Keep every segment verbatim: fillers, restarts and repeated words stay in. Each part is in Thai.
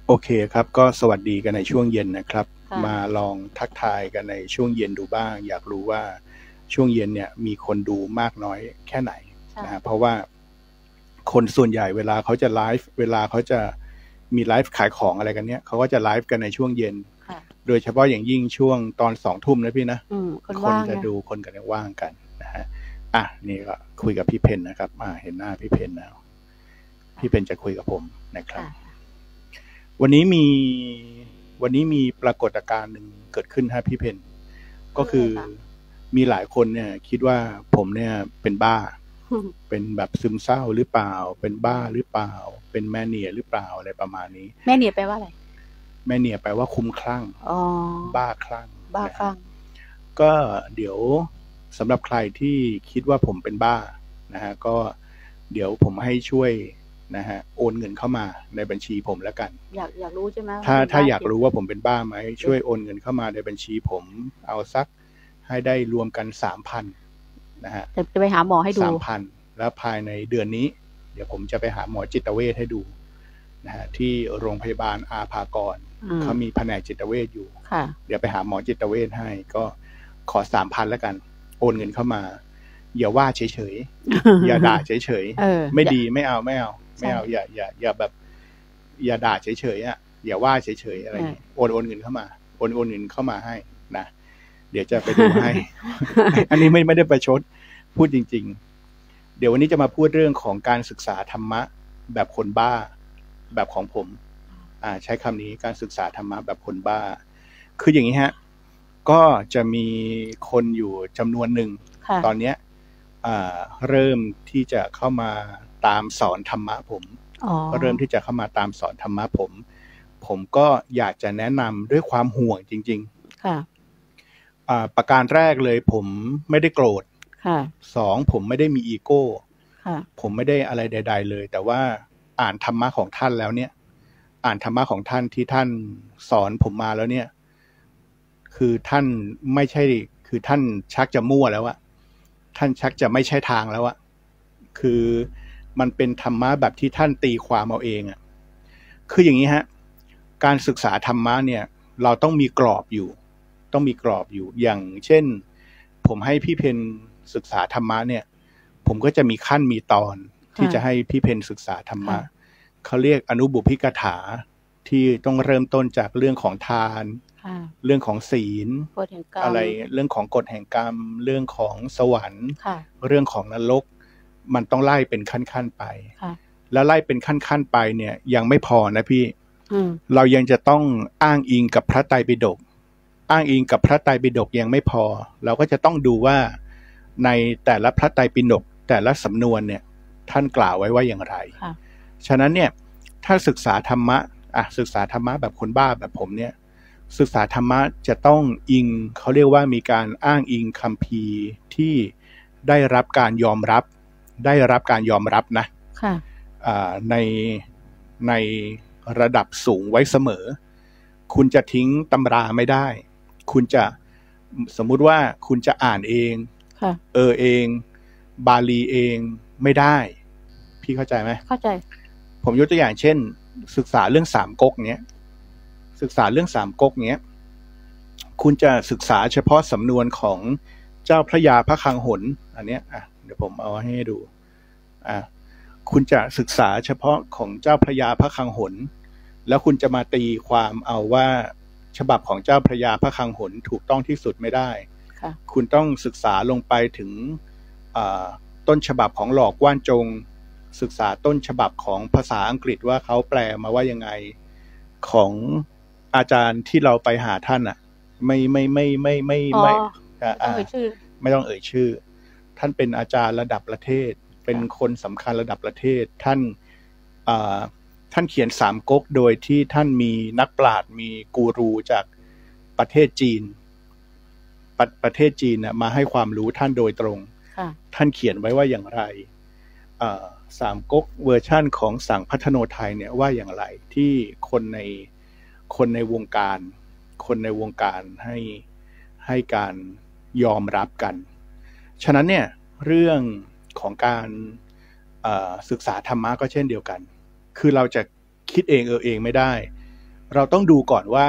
โอเคครับก็สวัสดีกันในช่วงเย็นนะครับมาค่ะลองทักทายกันในช่วงเย็นดูบ้างอยากรู้ว่าช่วงเย็นเนี่ยมีคนดูมากน้อยแค่ไหนใช่นะฮะเพราะว่าคนส่วนใหญ่เวลาเขาจะไลฟ์เวลาเขาจะมีไลฟ์ขายของอะไรกันเนี่ยเขาก็จะไลฟ์กันในช่วงเย็นค่ะโดยเฉพาะอย่างยิ่งช่วงตอนสองทุ่มนะพี่นะอืมคนคนว่างไงจะดูคนกันว่างกันนะฮะอ่ะนี่ก็คุยกับพี่เพนนะครับอ่าเห็นหน้าพี่เพนแล้วพี่เพนจะคุยกับผมนะครับค่ะวันนี้มีวันนี้มีปรากฏการณ์หนึ่งเกิดขึ้นฮะพี่เพนก็คือคืออะไรคะมีหลายคนเนี่ยคิดว่าผมเนี่ยเป็นบ้าเป็นแบบซึมเศร้าหรือเปล่าเป็นบ้าหรือเปล่าเป็นแมเนียหรือเปล่าอะไรประมาณนี้แม่เนียแปลว่าอะไรแมเนียแปลว่าคุ้มคลั่งอ๋อบ้าคลั่งนะฮะบ้าคลั่งก็เดี๋ยวสำหรับใครที่คิดว่าผมเป็นบ้านะฮะก็เดี๋ยวผมให้ช่วยนะฮะโอนเงินเข้ามาในบัญชีผมแล้วกันอยากอยากรู้ใช่ไหมว่าถ้าเป็นถ้าอยากบ้าจริงรู้ว่าผมเป็นบ้าไหมช่วยโอนเงินเข้ามาในบัญชีผมเอาสักให้ได้รวมกันสามพันนะฮะจะจะไปหาหมอให้ดูสามพันแล้วภายในเดือนนี้เดี๋ยวผมจะไปหาหมอจิตเวชให้ดูนะฮะที่โรงพยาบาลอาภากรเขามีแผนกจิตเวชอยู่ค่ะเดี๋ยวไปหาหมอจิตเวชให้ก็ขอสามพันแล้วกันโอนเงินเข้ามาอย่าว่าเฉยๆอย่าด่าเฉยๆไม่ดีไม่เอาไม่เอาไม่เอาอย่าอย่าอย่าแบบอย่าด่าเฉยๆอ่ะอย่าว่าเฉยๆอะไรอย่างเงี้ยโอนโอนเงินเข้ามาโอนโอนเงินเข้ามาให้นะเดี๋ยวจะไปดูให้ อันนี้ไม่ไม่ได้ประชดพูดจริงๆเดี๋ยววันนี้จะมาพูดเรื่องของการศึกษาธรรมะแบบคนบ้าแบบของผมอ่าใช้คำนี้การศึกษาธรรมะแบบคนบ้าคืออย่างนี้ฮะก็จะมีคนอยู่จำนวนหนึ่งตอนเนี้ยเริ่มที่จะเข้ามาตามสอนธรรมะผมก็เริ่มที่จะเข้ามาตามสอนธรรมะผมผมก็อยากจะแนะนำด้วยความห่วงจริงๆค่ะประการแรกเลยผมไม่ได้โกรธสองผมไม่ได้มีอีโก้ผมไม่ได้อะไรใดๆเลยแต่ว่าอ่านธรรมะของท่านแล้วเนี่ยอ่านธรรมะของท่านที่ท่านสอนผมมาแล้วเนี่ยคือท่านไม่ใช่คือท่านชักจะมั่วแล้วอะท่านชักจะไม่ใช่ทางแล้วอะคือมันเป็นธรรมะแบบที่ท่านตีความเอาเองอะคืออย่างนี้ฮะการศึกษาธรรมะเนี่ยเราต้องมีกรอบอยู่ต้องมีกรอบอยู่อย่างเช่นผมให้พี่เพนศึกษาธรรมะเนี่ยผมก็จะมีขั้นมีตอนที่จะให้พี่เพนศึกษาธรรมะเขาเรียกอนุบุพพิกถาที่ต้องเริ่มต้นจากเรื่องของทานเรื่องของศีลอะไรเรื่องของกฎแห่งกรรมเรื่องของสวรรค์เรื่องของนรกมันต้องไล่เป็นขั้นๆไปแล้วไล่เป็นขั้นๆไปเนี่ยยังไม่พอนะพี่เรายังจะต้องอ้างอิงกับพระไตรปิฎกอ้างอิงกับพระไตรปิฎกยังไม่พอเราก็จะต้องดูว่าในแต่ละพระไตรปิฎกแต่ละสำนวนเนี่ยท่านกล่าวไว้ว่าอย่างไรฉะนั้นเนี่ยถ้าศึกษาธรรมะอ่ะศึกษาธรรมะแบบคนบ้าแบบผมเนี่ยศึกษาธรรมะจะต้องอิงเขาเรียกว่ามีการอ้างอิงคัมภีร์ที่ได้รับการยอมรับได้รับการยอมรับนะในในระดับสูงไว้เสมอคุณจะทิ้งตำราไม่ได้คุณจะสมมุติว่าคุณจะอ่านเองเออเองบาลีเองไม่ได้พี่เข้าใจไหมเข้าใจผมยกตัวอย่างเช่นศึกษาเรื่องสามก๊กเนี้ยศึกษาเรื่องสามก๊กเนี้ยคุณจะศึกษาเฉพาะสำนวนของเจ้าพระยาพระคลังหนอันเนี้ยอ่ะเดี๋ยวผมเอาให้ดูอ่ะคุณจะศึกษาเฉพาะของเจ้าพระยาพระคลังหนแล้วคุณจะมาตีความเอาว่าฉบับของเจ้าพระยาพระคลังหนถูกต้องที่สุดไม่ได้คุณต้องศึกษาลงไปถึงต้นฉบับของหลอกว่านจงศึกษาต้นฉบับของภาษาอังกฤษว่าเขาแปลมาว่ายังไงของอาจารย์ที่เราไปหาท่านอ่ะไม่ไม่ไม่ไม่ไม่ไม่ไม่ต้องเอ่ยชื่อท่านเป็นอาจารย์ระดับประเทศเป็นคนสำคัญระดับประเทศท่านท่านเขียนสามก๊กโดยที่ท่านมีนักปราชญ์มีกูรูจากประเทศจีนประประเทศจีนน่ะมาให้ความรู้ท่านโดยตรงท่านเขียนไว้ว่าอย่างไรสามก๊กเวอร์ชั่นของสังพัฒโนไทยเนี่ยว่าอย่างไรที่คนในคนในวงการคนในวงการให้ให้การยอมรับกันฉะนั้นเนี่ยเรื่องของการศึกษาธรรมะก็เช่นเดียวกันคือเราจะคิดเองเออเองไม่ได้เราต้องดูก่อนว่า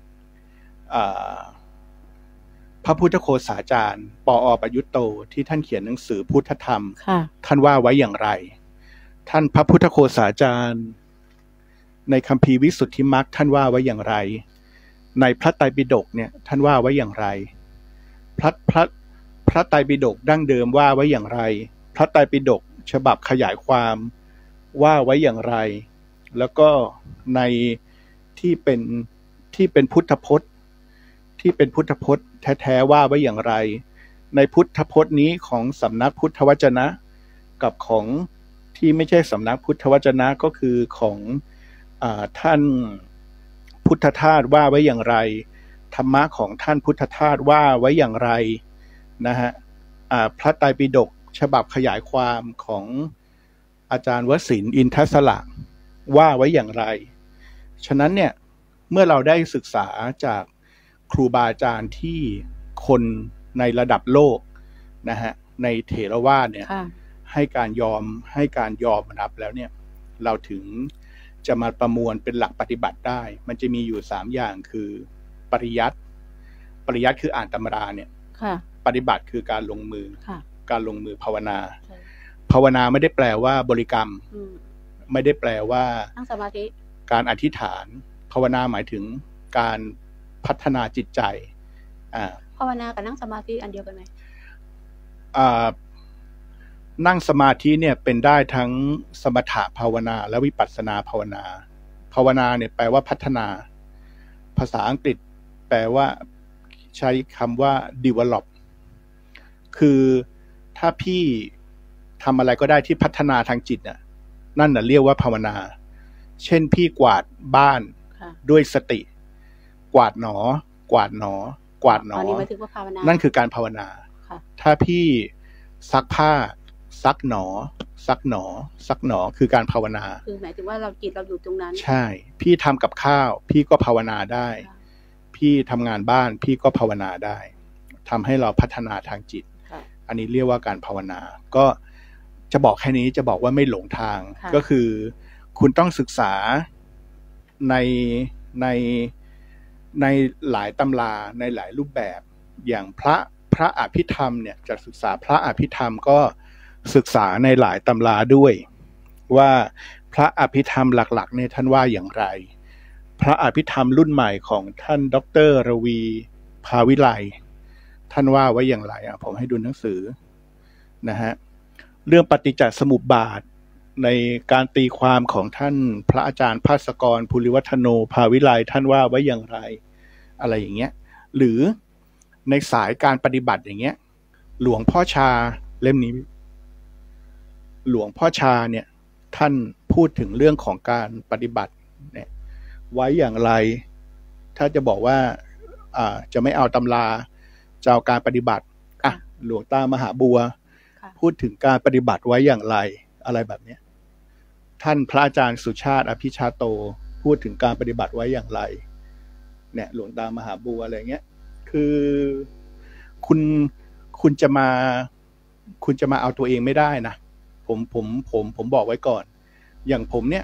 พระพุทธโฆษาจารย์ปอ.ประยุตโตที่ท่านเขียนหนังสือพุทธธรรมท่านว่าไว้อย่างไรท่านพระพุทธโฆษาจารย์ในคัมภีร์วิสุทธิมรรคท่านว่าไว้อย่างไรในพระไตรปิฎกเนี่ยท่านว่าไว้อย่างไรพระพระพระไตรปิฎกดั้งเดิมว่าไว้อย่างไรพระไตรปิฎกฉบับขยายความว่าไว้อย่างไรแล้วก็ในที่เป็นที่เป็นพุทธพจน์ที่เป็นพุทธพจน์แท้ๆว่าไว้อย่างไรในพุทธพจน์นี้ของสำนักพุทธวจนะกับของที่ไม่ใช่สำนักพุทธวจนะก็คือของอ่าท่านพุทธทาสว่าไว้อย่างไรธรรมะของท่านพุทธทาสว่าไว้อย่างไรนะฮะอ่าพระไตรปิฎกฉบับขยายความของอาจารย์วสินทร์อินทศละว่าไว้อย่างไรฉะนั้นเนี่ยเมื่อเราได้ศึกษาจากครูบาอาจารย์ที่คนในระดับโลกนะฮะในเถรวาทเนี่ยให้การยอมให้การยอมรับแล้วเนี่ยเราถึงจะมาประมวลเป็นหลักปฏิบัติได้มันจะมีอยู่สามอย่างคือปริยัติปริยัติคืออ่านตำราเนี่ยปฏิบัติคือการลงมือการลงมือภาวนาภาวนาไม่ได้แปลว่าบริกรรมไม่ได้แปลว่านั่งสมาธิการอธิษฐานภาวนาหมายถึงการพัฒนาจิตใจอ่าภาวนากับนั่งสมาธิอันเดียวกันไหมอ่านั่งสมาธิเนี่ยเป็นได้ทั้งสมถะภาวนาและวิปัสสนาภาวนาภาวนาเนี่ยแปลว่าพัฒนาภาษาอังกฤษแปลว่าใช้คำว่า develop คือถ้าพี่ทำอะไรก็ได้ที่พัฒนาทางจิตน่ะนั่นน่ะเรียกว่าภาวนาเช่นพี่กวาดบ้านด้วยสติกวาดหนอกวาดหนอกวาดหนอนั่นคือการภาวนาถ้าพี่ซักผ้าซักหนอซักหนอซักหนอคือการภาวนาคือหมายถึงว่าเราจิตเราอยู่ตรงนั้นใช่พี่ทำกับข้าวพี่ก็ภาวนาได้พี่ทำงานบ้านพี่ก็ภาวนาได้ทำให้เราพัฒนาทางจิตอันนี้เรียกว่าการภาวนาก็จะบอกแค่นี้จะบอกว่าไม่หลงทางก็คือคุณต้องศึกษาในในในหลายตำราในหลายรูปแบบอย่างพระพระอภิธรรมเนี่ยจะศึกษาพระอภิธรรมก็ศึกษาในหลายตำราด้วยว่าพระอภิธรรมหลักๆเนี่ยท่านว่าอย่างไรพระอภิธรรมรุ่นใหม่ของท่านดร.รวีภาวิไลท่านว่าไว้อย่างไรอ่ะผมให้ดูหนังสือนะฮะเรื่องปฏิจจสมุปบาทในการตีความของท่านพระอาจารย์ภาสกรภูริวัฒโนภาวิไลท่านว่าไว้อย่างไรอะไรอย่างเงี้ยหรือในสายการปฏิบัติอย่างเงี้ยหลวงพ่อชาเล่มนี้หลวงพ่อชาเนี่ยท่านพูดถึงเรื่องของการปฏิบัติเนี่ยไว้อย่างไรถ้าจะบอกว่าอ่าจะไม่เอาตำราจะเอาการปฏิบัติอ่ะหลวงตามหาบัวพูดถึงการปฏิบัติไว้อย่างไรอะไรแบบนี้ท่านพระอาจารย์สุชาติอภิชาโตพูดถึงการปฏิบัติไว้อย่างไรเนี่ยหลวงตามหาบัวอะไรเงี้ยคือคุณคุณจะมาคุณจะมาเอาตัวเองไม่ได้นะผมผมผมผมบอกไว้ก่อนอย่างผมเนี่ย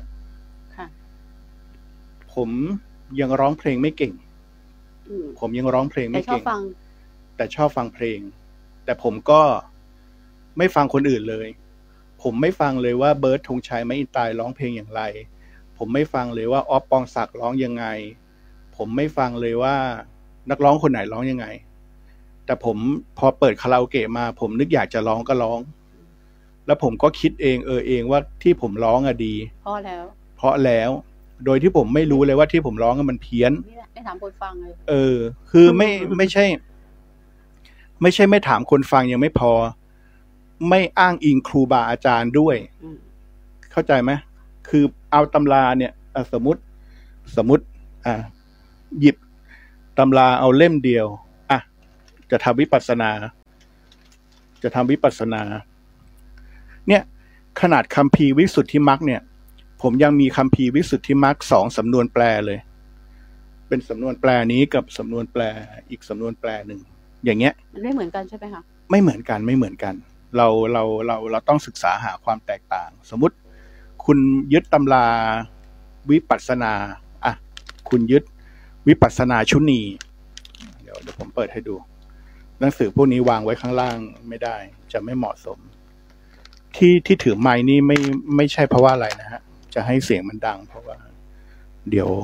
ผมยังร้องเพลงไม่เก่งผมยังร้องเพลงไม่เก่งแต่ชอบฟังเพลงแต่ผมก็ไม่ฟังคนอื่นเลยผมไม่ฟังเลยว่าเบิร์ดธงชัยไม้อินตายร้องเพลงอย่างไรผมไม่ฟังเลยว่าอ๊อฟปองศักดิ์ร้องยังไงผมไม่ฟังเลยว่านักร้องคนไหนร้องยังไงแต่ผมพอเปิดคาราโอเกะมาผมนึกอยากจะร้องก็ร้องแล้วผมก็คิดเองเออเองว่าที่ผมร้องอะดีเพราะแล้วเพราะแล้วโดยที่ผมไม่รู้เลยว่าที่ผมร้องมันเพี้ยนไม่ถามคนฟังเลยเออคือไม่ไม่ใช่ไม่ใช่ไม่ถามคนฟังยังไม่พอไม่อ้างอิงครูบาอาจารย์ด้วยเข้าใจไหมคือเอาตำราเนี่ยสมมติสมมติอ่ะหยิบตำราเอาเล่มเดียวอ่ะจะทำวิปัสสนาจะทำวิปัสสนาเนี่ยขนาดคัมภีร์วิสุทธิมรรคเนี่ยผมยังมีคัมภีร์วิสุทธิมรรคสองสำนวนแปลเลยเป็นสำนวนแปลนี้กับสำนวนแปลอีกสำนวนแปลหนึ่งอย่างเงี้ยมันไม่เหมือนกันใช่ไหมคะไม่เหมือนกันไม่เหมือนกันเราเราเราเราต้องศึกษาหาความแตกต่างสมมุติคุณยึดตำราวิปัสสนาอ่ะคุณยึดวิปัสสนาชุนีเดี๋ยวเดี๋ยวผมเปิดให้ดูหนังสือพวกนี้วางไว้ข้างล่างไม่ได้จะไม่เหมาะสมที่ที่ถือไม้นี่ไม่ไม่ใช่เพราะว่าอะไรนะฮะจะให้เสียงมันดังเพราะว่าเดี๋ยว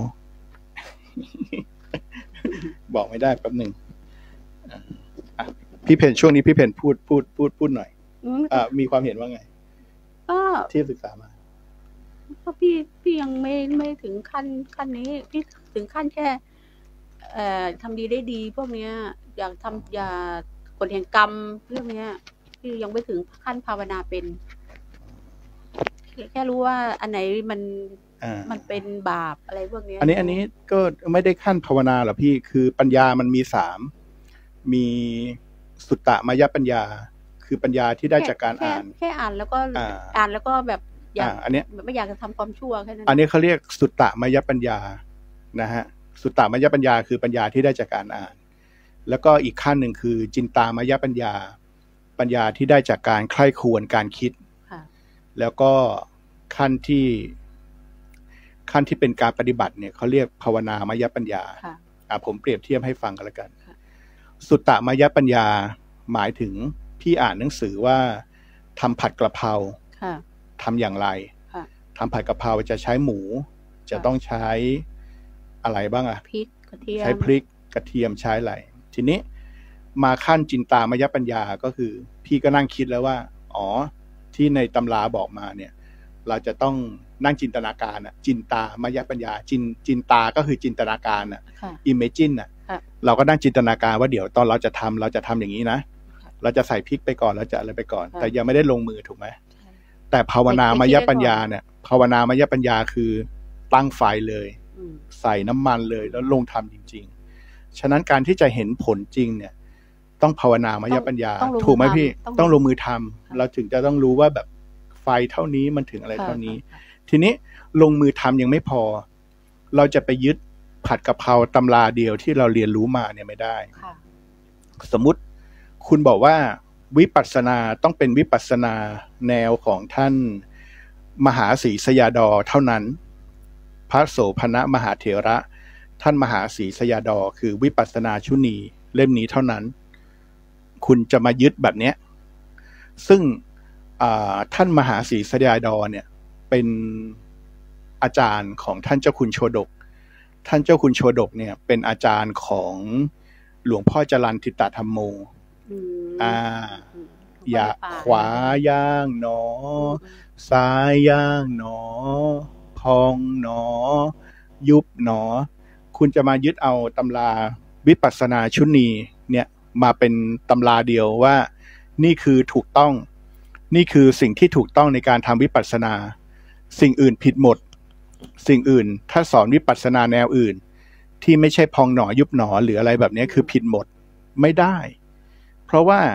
บอกไม่ได้แป๊บหนึ่งอ่ะพี่เพนช่วงนี้พี่เพนพูดพูดพูดพูดหน่อยอ่ามีความเห็นว่าไงก็ที่ศึกษามาก็พี่พี่ยังไม่ไม่ถึงขั้นขั้นนี้พี่ถึงขั้นแค่เอ่อทำดีได้ดีพวกเนี้ยอยากทำอย่ากฎแห่งกรรมเรื่องเนี้ยพี่ยังไม่ถึงขั้นภาวนาเป็นแค่รู้ว่าอันไหนมันมันเป็นบาปอะไรพวกนี้อันนี้อันนี้ก็ไม่ได้ขั้นภาวนาหรอกพี่คือปัญญามันมีสามมีสุตตมยปัญญาคือปัญญาที่ได้จากการอ่านแค่อ่านแล้วก็อ่านแล้วก็แบบอยากอันนี้ไม่อยากจะทำความชั่วแค่นั้นอันนี้เขาเรียกสุตตมยปัญญานะฮะสุตตมยปัญญาคือปัญญาที่ได้จากการอ่านแล้วก็อีกขั้นหนึ่งคือจินตามยปัญญาปัญญาที่ได้จากการใคร่ครวญการคิดแล้วก็ขั้นที่ขั้นที่เป็นการปฏิบัติเนี่ยเขาเรียกภาวนามยปัญญาอ่าผมเปรียบเทียบให้ฟังกันแล้วกันสุตตมยปัญญาหมายถึงพี่อ่านหนังสือว่าทำผัดกระเพราทำอย่างไรทำผัดกระเพราจะใช้หมูจะต้องใช้อะไรบ้างอะพริกกระเทียมใช้พริกกระเทียมใช้อะไรทีนี้มาขั้นจินตามยปัญญาก็คือพี่ก็นั่งคิดแล้วว่าอ๋อที่ในตำราบอกมาเนี่ยเราจะต้องนั่งจินตนาการอ่ะจินตามยปัญญาจินจินตาก็คือจินตนาการอ่ะอิมเมจินอ่ะเราก็นั่งจินตนาการว่าเดี๋ยวตอนเราจะทำเราจะทำอย่างนี้นะเราจะใส่พริกไปก่อนเราจะอะไรไปก่อนแต่ยังไม่ได้ลงมือถูกไหมแต่ภาวนามยปัญญาเนี่ยภาวนามยปัญญาคือตั้งไฟเลยใส่น้ำมันเลยแล้วลงทำจริงๆฉะนั้นการที่จะเห็นผลจริงเนี่ยต้องภาวนามยปัญญาถูกไหมพี่ต้องลงมือทำเราถึงจะต้องรู้ว่าแบบไฟเท่านี้มันถึงอะไรเท่านี้ทีนี้ลงมือทำยังไม่พอเราจะไปยึดผัดกะเพราตำราเดียวที่เราเรียนรู้มาเนี่ยไม่ได้สมมุติคุณบอกว่าวิปัสสนาต้องเป็นวิปัสสนาแนวของท่านมหาศรีสยาดรเท่านั้นพระโสภณมหาเถระท่านมหาศรีสยาดรคือวิปัสสนาชุนีเล่มนี้เท่านั้นคุณจะมายึดแบบเนี้ยซึ่งท่านมหาศรีสยาดรเนี่ยเป็นอาจารย์ของท่านเจ้าคุณโชดกท่านเจ้าคุณโชดกเนี่ยเป็นอาจารย์ของหลวงพ่อจรัญทิตธรรมโมอ่าอย่าขวาย่างหนอซ้ายย่างหนอพองหนอยุบหนอคุณจะมายึดเอาตำราวิปัสสนาชุนีเนี่ยมาเป็นตำราเดียวว่านี่คือถูกต้องนี่คือสิ่งที่ถูกต้องในการทำวิปัสสนาสิ่งอื่นผิดหมดสิ่งอื่นถ้าสอนวิปัสสนาแนวอื่นที่ไม่ใช่พองหนอยุบหนอหรืออะไรแบบนี้คือผิดหมดไม่ได้เพราะว่า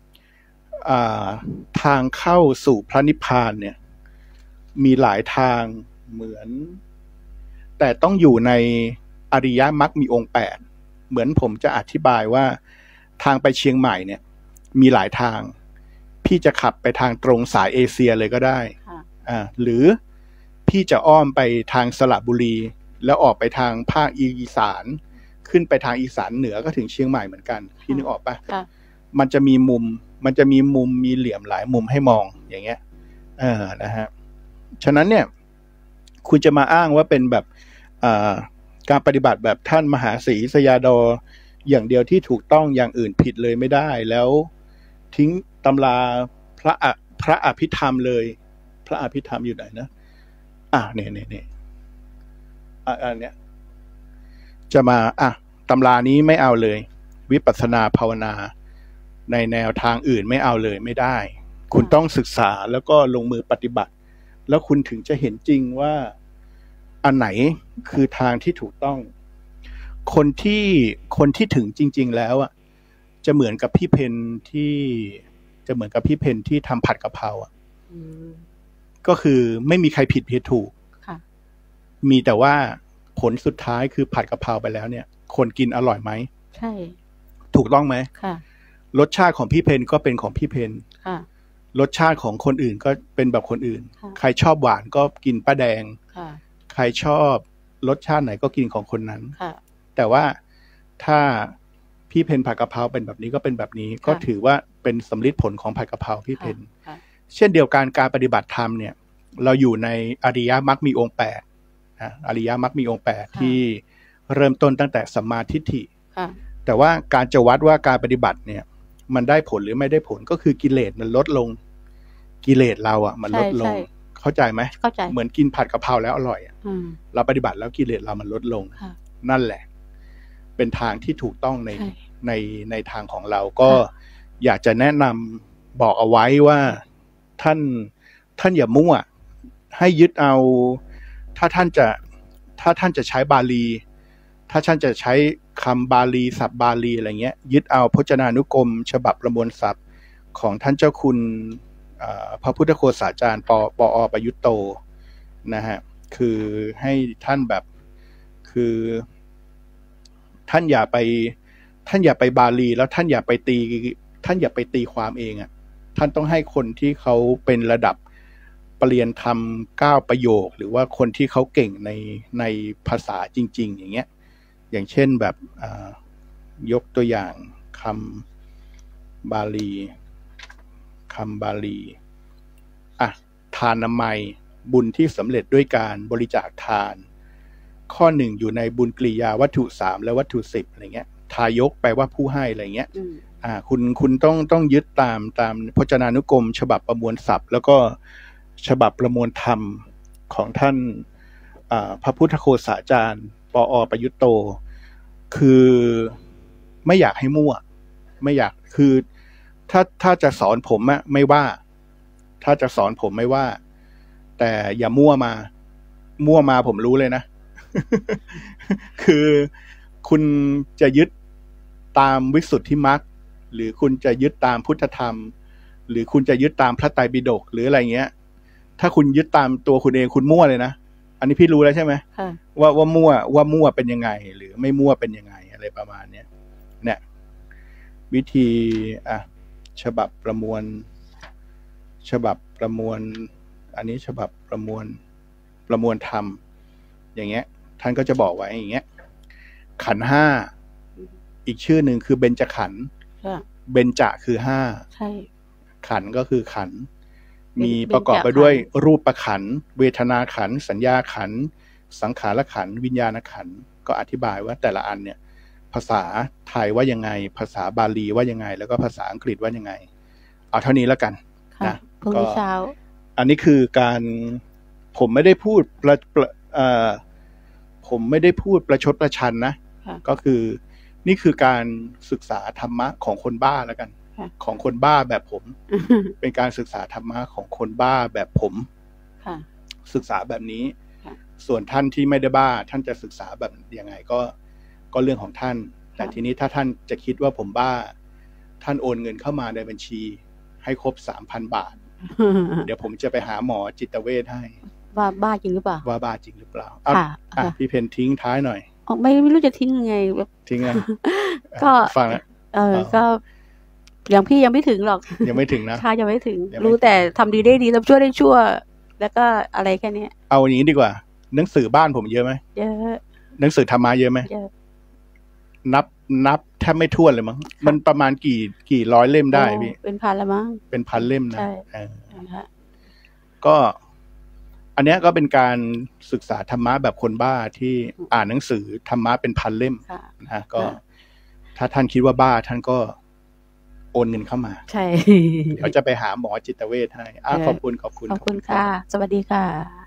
ทางเข้าสู่พระนิพพานเนี่ยมีหลายทางเหมือนแต่ต้องอยู่ในอริยมรรคมีองค์แปดเหมือนผมจะอธิบายว่าทางไปเชียงใหม่เนี่ยมีหลายทางพี่จะขับไปทางตรงสายเอเชียเลยก็ได้อ่าหรือพี่จะอ้อมไปทางสระบุรีแล้วออกไปทางภาคอีสานขึ้นไปทางอีสานเหนือก็ถึงเชียงใหม่เหมือนกันพี่นึกออกปะมันจะมีมุมมันจะมีมุมมีเหลี่ยมหลายมุมให้มองอย่างเงี้ยเออนะฮะฉะนั้นเนี่ยคุณจะมาอ้างว่าเป็นแบบการปฏิบัติแบบท่านมหาศรีสยาดรอย่างเดียวที่ถูกต้องอย่างอื่นผิดเลยไม่ได้แล้วทิ้งตำราพระพระอภิธรรมเลยพระอภิธรรมอยู่ไหนนะอ่ะเนี่ยเนี่ยเนี่ยอ่ะอันเนี้ยจะมาอ่ะตำรานี้ไม่เอาเลยวิปัสสนาภาวนาในแนวทางอื่นไม่เอาเลยไม่ได้คุณต้องศึกษาแล้วก็ลงมือปฏิบัติแล้วคุณถึงจะเห็นจริงว่าอันไหนคือทางที่ถูกต้องคนที่คนที่ถึงจริงๆแล้วอ่ะจะเหมือนกับพี่เพนที่จะเหมือนกับพี่เพนที่ทำผัดกะเพราอ่ะก็คือไม่มีใครผิดผิดถูกมีแต่ว่าผลสุดท้ายคือผัดกะเพราไปแล้วเนี่ยคนกินอร่อยไหมใช่ถูกต้องไหมค่ะรสชาติของพี่เพนก็เป็นของพี่เพนค่ะรสชาติของคนอื่นก็เป็นแบบคนอื่นใครชอบหวานก็กินป้าแดงค่ะใครชอบรสชาติไหนก็กินของคนนั้นแต่ว่าถ้าพี่เพนผัดกะเพราเป็นแบบนี้ก็เป็นแบบนี้ก็ถือว่าเป็นสำลิดผลของผัดกะเพราพี่เพนเช่นเดียวกันการปฏิบัติธรรมเนี่ยเราอยู่ในอริยมรรคมีองค์แปดนะอริยมรรคมีองค์แปดที่เริ่มต้นตั้งแต่สัมมาทิฏฐิแต่ว่าการจะวัดว่าการปฏิบัติเนี่ยมันได้ผลหรือไม่ได้ผลก็คือกิเลสมันลดลงกิเลสเราอ่ะมันลดลงเข้าใจไหมเข้าใจเหมือนกินผัดกะเพราแล้วอร่อยอ่ะเราปฏิบัติแล้วกิเลสเรามันลดลงนั่นแหละเป็นทางที่ถูกต้องในในในทางของเราก็อยากจะแนะนำบอกเอาไว้ว่าท่านท่านอย่ามั่วให้ยึดเอาถ้าท่านจะถ้าท่านจะใช้บาลีถ้าท่านจะใช้คำบาลีศัพท์บาลีอะไรเงี้ยยึดเอาพจนานุกรมฉบับประมวลศัพท์ของท่านเจ้าคุณพระพุทธโฆษาจารย์ปปอประยุตโตนะฮะคือให้ท่านแบบคือท่านอย่าไปท่านอย่าไปบาลีแล้วท่านอย่าไปตีท่านอย่าไปตีความเองอ่ะท่านต้องให้คนที่เขาเป็นระดับปรริญญาธรรมเก้าประโยคหรือว่าคนที่เขาเก่งในในภาษาจริงๆอย่างเงี้ยอย่างเช่นแบบยกตัวอย่างคำบาลีคำบาลีอ่ะทานนามัยบุญที่สำเร็จด้วยการบริจาคทานข้อหนึ่งอยู่ในบุญกริยาวัตถุสามและวัตถุสิบอะไรเงี้ยทายกแปลว่าผู้ให้อะไรเงี้ยอ่าคุณคุณต้องต้องยึดตามตามพจนานุกรมฉบับประมวลศัพท์แล้วก็ฉบับประมวลธรรมของท่านอ่าพระพุทธโฆษาจารย์ปอประยุตโตคือไม่อยากให้มั่วไม่อยากคือถ้าถ้าจะสอนผมอะไม่ว่าถ้าจะสอนผมไม่ว่าแต่อย่ามั่วมามั่วมาผมรู้เลยนะ คือคุณจะยึดตามวิสุทธิมรรคหรือคุณจะยึดตามพุทธธรรมหรือคุณจะยึดตามพระไตรปิฎกหรืออะไรเงี้ยถ้าคุณยึดตามตัวคุณเองคุณมั่วเลยนะอันนี้พี่รู้แล้วใช่ไหมว่าว่ามั่วว่ามั่วเป็นยังไงหรือไม่มั่วเป็นยังไงอะไรประมาณเนี้ยเนี่ยวิธีอ่ะฉบับประมวลฉบับประมวลอันนี้ฉบับประมวลประมวลธรรมอย่างเงี้ยท่านก็จะบอกไว้อย่างเงี้ยขันธ์ห้าอีกชื่อหนึ่งคือเบญจขันธ์เบญจะคือห้าขันธ์ก็คือขันธ์มีประกอบไปด้วยรูปขันธ์เวทนาขันธ์สัญญาขันธ์สังขารขันธ์วิญญาณขันธ์ก็อธิบายว่าแต่ละอันเนี่ยภาษาไทยว่ายังไงภาษาบาลีว่ายังไงแล้วก็ภาษาอังกฤษว่ายังไงเอาเท่านี้แล้วกันนะก็อันนี้คือการผมไม่ได้พูดประเอ่อผมไม่ได้พูดประชดประชันนะก็คือนี่คือการศึกษาธรรมะของคนบ้าแล้วกันของคนบ้าแบบผม เป็นการศึกษาธรรมะของคนบ้าแบบผมศึกษาแบบนี้ส่วนท่านที่ไม่ได้บ้าท่านจะศึกษาแบบยังไงก็ก็เรื่องของท่านแต่ทีนี้ถ้าท่านจะคิดว่าผมบ้าท่านโอนเงินเข้ามาในบัญชีให้ครบ สามพัน บาท เดี๋ยวผมจะไปหาหมอจิตเวชให้ว่าบ้าจริงหรือเปล่าว่าบ้าจริงหรือเปล่าอ่ะพี่เพนทิ้งท้ายหน่อยไม่ไม่รู้จะทิ้งยังไงแบบทิ้งไงก็ฟังเออก็อย่างพี่ยังไม่ถึงหรอกยังไม่ถึงนะค่ะยังไม่ถึงรู้แต่ทำดีได้ดีทำชั่วได้ชั่วแล้วก็อะไรแค่นี้เอาอย่างนี้ดีกว่าหนังสือบ้านผมเยอะไหมเยอะหนังสือธรรมะเยอะไหมเยอะนับนับแทบไม่ถ้วนเลยมั้งมันประมาณกี่กี่ร้อยเล่มได้พี่เป็นพันละมั้งเป็นพันเล่มนะก็อันนี้ก็เป็นการศึกษาธรรมะแบบคนบ้าที่อ่านหนังสือธรรมะเป็นพันเล่มนะก็ถ้าท่านคิดว่าบ้าท่านก็โอนเงินเข้ามาใช่เดี๋ยวจะไปหาหมอจิตเวชให้ขอบคุณขอบคุณขอบคุณค่ะสวัสดีค่ะ